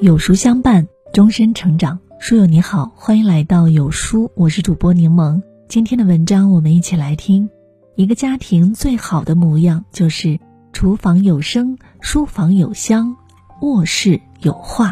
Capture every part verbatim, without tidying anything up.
有书相伴，终身成长。书友你好，欢迎来到有书，我是主播柠檬。今天的文章我们一起来听。一个家庭最好的模样，就是厨房有声，书房有香，卧室有画。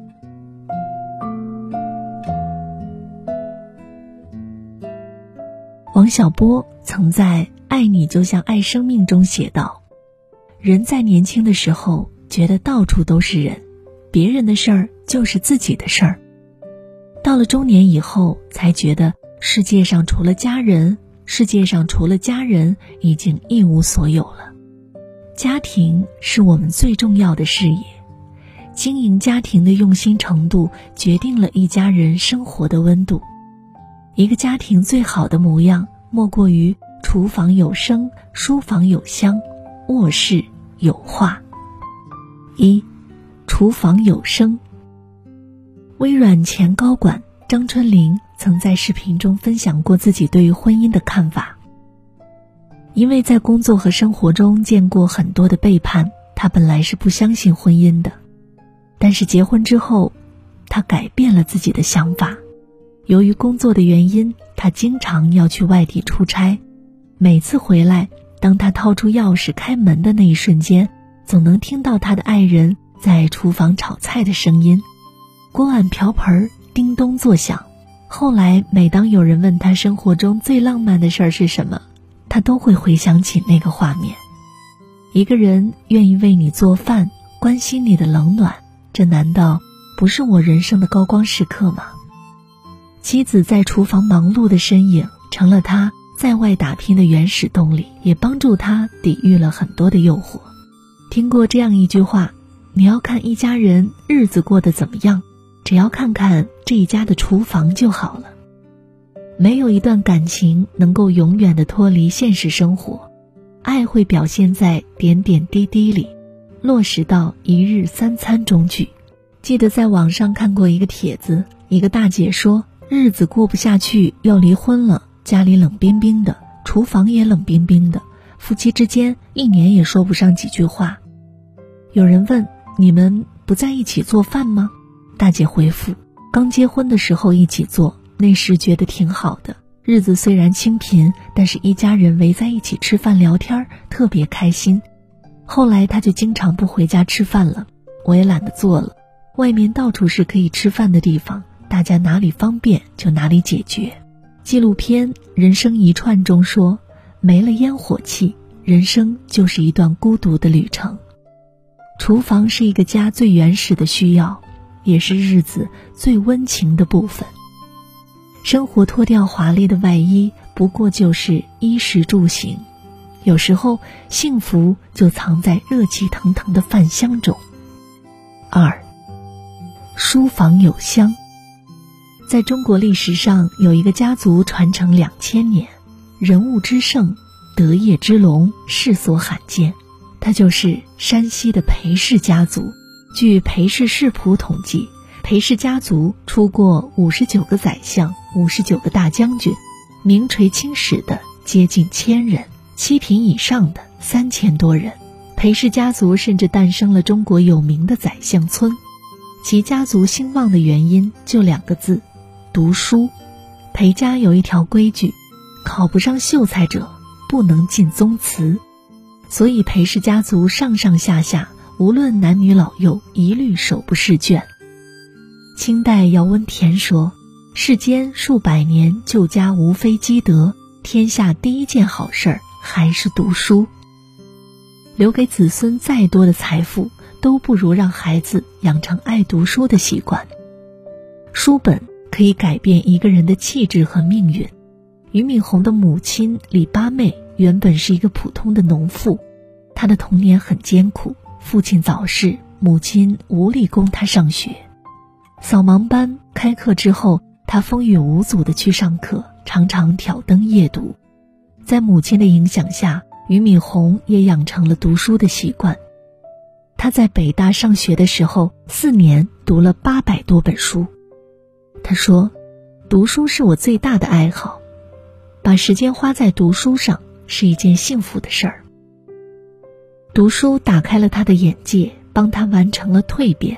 王小波曾在《爱你就像爱生命》中写道，人在年轻的时候觉得到处都是人，别人的事儿就是自己的事儿。到了中年以后，才觉得世界上除了家人，世界上除了家人已经一无所有了。家庭是我们最重要的事业，经营家庭的用心程度决定了一家人生活的温度。一个家庭最好的模样，莫过于厨房有声，书房有香，卧室有画。一，厨房有声。微软前高管张春玲曾在视频中分享过自己对于婚姻的看法。因为在工作和生活中见过很多的背叛，她本来是不相信婚姻的，但是结婚之后，她改变了自己的想法。由于工作的原因，她经常要去外地出差，每次回来，当她掏出钥匙开门的那一瞬间，总能听到她的爱人在厨房炒菜的声音，锅碗瓢盆叮咚作响。后来每当有人问她生活中最浪漫的事儿是什么，她都会回想起那个画面。一个人愿意为你做饭，关心你的冷暖，这难道不是我人生的高光时刻吗？妻子在厨房忙碌的身影，成了他在外打拼的原始动力，也帮助他抵御了很多的诱惑。听过这样一句话，你要看一家人日子过得怎么样，只要看看这一家的厨房就好了。没有一段感情能够永远的脱离现实生活，爱会表现在点点滴滴里，落实到一日三餐中去。记得在网上看过一个帖子，一个大姐说，日子过不下去，要离婚了，家里冷冰冰的，厨房也冷冰冰的，夫妻之间一年也说不上几句话。有人问，你们不在一起做饭吗？大姐回复，刚结婚的时候一起做，那时觉得挺好的，日子虽然清贫，但是一家人围在一起吃饭聊天，特别开心。后来他就经常不回家吃饭了，我也懒得做了，外面到处是可以吃饭的地方，大家哪里方便就哪里解决。纪录片《人生一串》中说，没了烟火气，人生就是一段孤独的旅程。厨房是一个家最原始的需要，也是日子最温情的部分。生活脱掉华丽的外衣，不过就是衣食住行。有时候幸福就藏在热气腾腾的饭香中。二，书房有香。在中国历史上，有一个家族传承两千年，人物之盛，德业之隆，世所罕见。他就是山西的裴氏家族。据裴氏世谱统计，裴氏家族出过五十九个宰相，五十九个大将军，名垂青史的接近千人，七品以上的三千多人。裴氏家族甚至诞生了中国有名的宰相村。其家族兴旺的原因就两个字，读书。裴家有一条规矩，考不上秀才者不能进宗祠，所以裴氏家族上上下下无论男女老幼，一律手不释卷。清代姚温田说，世间数百年旧家无非积德，天下第一件好事儿还是读书。留给子孙再多的财富，都不如让孩子养成爱读书的习惯。书本可以改变一个人的气质和命运。俞敏洪的母亲李八妹原本是一个普通的农妇，她的童年很艰苦，父亲早逝，母亲无力供她上学。扫盲班开课之后，她风雨无阻地去上课，常常挑灯夜读。在母亲的影响下，俞敏洪也养成了读书的习惯。他在北大上学的时候，四年读了八百多本书。他说，读书是我最大的爱好，把时间花在读书上是一件幸福的事儿。读书打开了他的眼界，帮他完成了蜕变，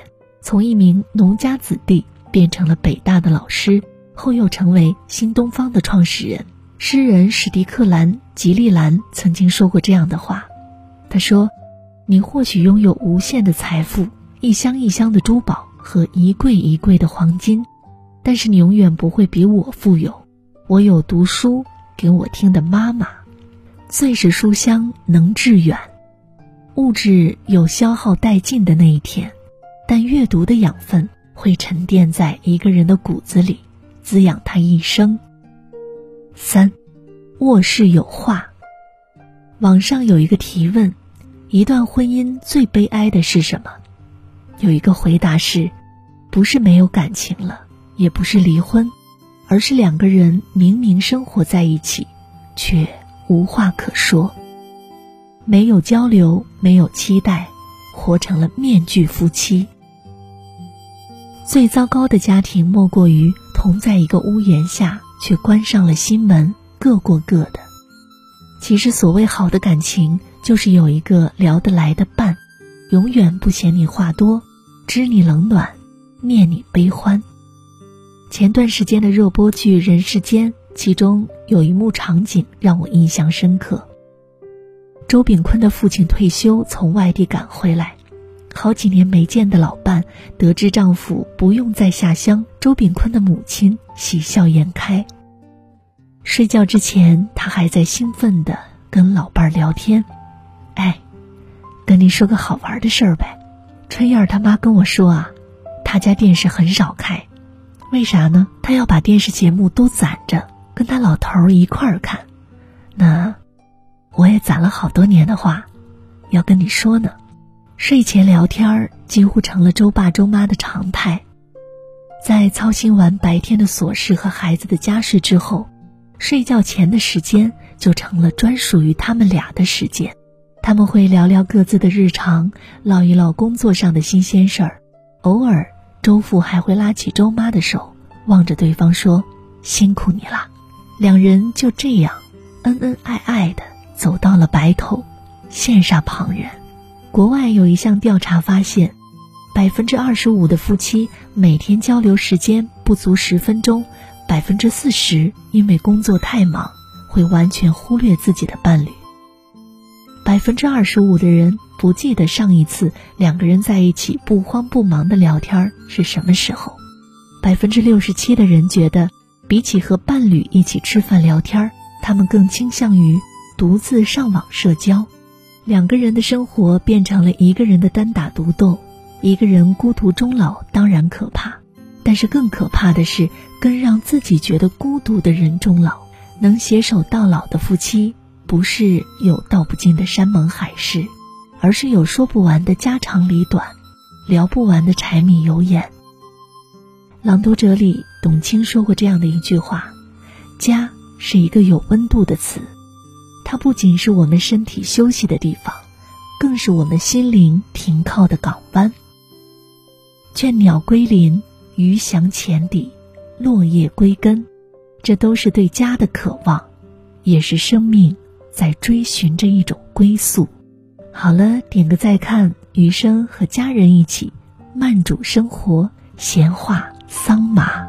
从一名农家子弟变成了北大的老师，后又成为新东方的创始人。诗人史蒂克兰·吉利兰曾经说过这样的话，他说，你或许拥有无限的财富，一箱一箱的珠宝和一柜一柜的黄金，但是你永远不会比我富有。我有读书给我听的妈妈。最是书香能致远。物质有消耗殆尽的那一天，但阅读的养分会沉淀在一个人的骨子里，滋养他一生。三，卧室有话。网上有一个提问，一段婚姻最悲哀的是什么？有一个回答是，不是没有感情了，也不是离婚，而是两个人明明生活在一起，却无话可说。没有交流，没有期待，活成了面具夫妻。最糟糕的家庭莫过于同在一个屋檐下，却关上了心门，各过各的。其实所谓好的感情，就是有一个聊得来的伴，永远不嫌你话多，知你冷暖，念你悲欢。前段时间的热播剧《人世间》，其中有一幕场景让我印象深刻。周秉昆的父亲退休，从外地赶回来，好几年没见的老伴得知丈夫不用再下乡，周秉昆的母亲喜笑颜开。睡觉之前，他还在兴奋地跟老伴聊天。哎，跟你说个好玩的事儿呗。春燕他妈跟我说啊，他家电视很少开，为啥呢？他要把电视节目都攒着，跟他老头儿一块儿看。那我也攒了好多年的话，要跟你说呢。睡前聊天几乎成了周爸周妈的常态。在操心完白天的琐事和孩子的家事之后，睡觉前的时间就成了专属于他们俩的时间。他们会聊聊各自的日常，唠一唠工作上的新鲜事儿。偶尔周父还会拉起周妈的手，望着对方说，辛苦你了。两人就这样恩恩爱爱的走到了白头，羡煞旁人。国外有一项调查发现，百分之二十五的夫妻每天交流时间不足十分钟，百分之四十因为工作太忙，会完全忽略自己的伴侣。百分之二十五的人不记得上一次两个人在一起不慌不忙的聊天是什么时候。百分之六十七的人觉得，比起和伴侣一起吃饭聊天，他们更倾向于独自上网社交。两个人的生活变成了一个人的单打独斗，一个人孤独终老当然可怕，但是更可怕的是跟让自己觉得孤独的人终老。能携手到老的夫妻，不是有道不尽的山盟海誓，而是有说不完的家长里短，聊不完的柴米油盐。朗读者里董卿说过这样的一句话，家是一个有温度的词，它不仅是我们身体休息的地方，更是我们心灵停靠的港湾。倦鸟归林，鱼翔浅底，落叶归根，这都是对家的渴望，也是生命在追寻着一种归宿。好了，点个再看，余生和家人一起慢煮生活，闲话桑麻。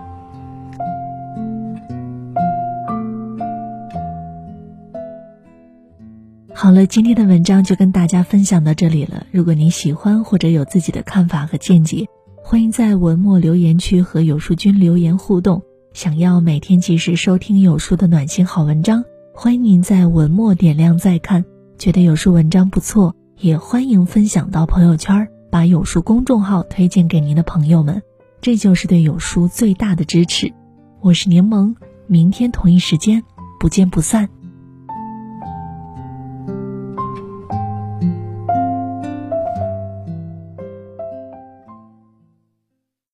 好了，今天的文章就跟大家分享到这里了。如果您喜欢或者有自己的看法和见解，欢迎在文末留言区和有书君留言互动。想要每天及时收听有书的暖心好文章，欢迎您在文末点亮再看。觉得有书文章不错，也欢迎分享到朋友圈，把有书公众号推荐给您的朋友们，这就是对有书最大的支持。我是柠檬，明天同一时间不见不散。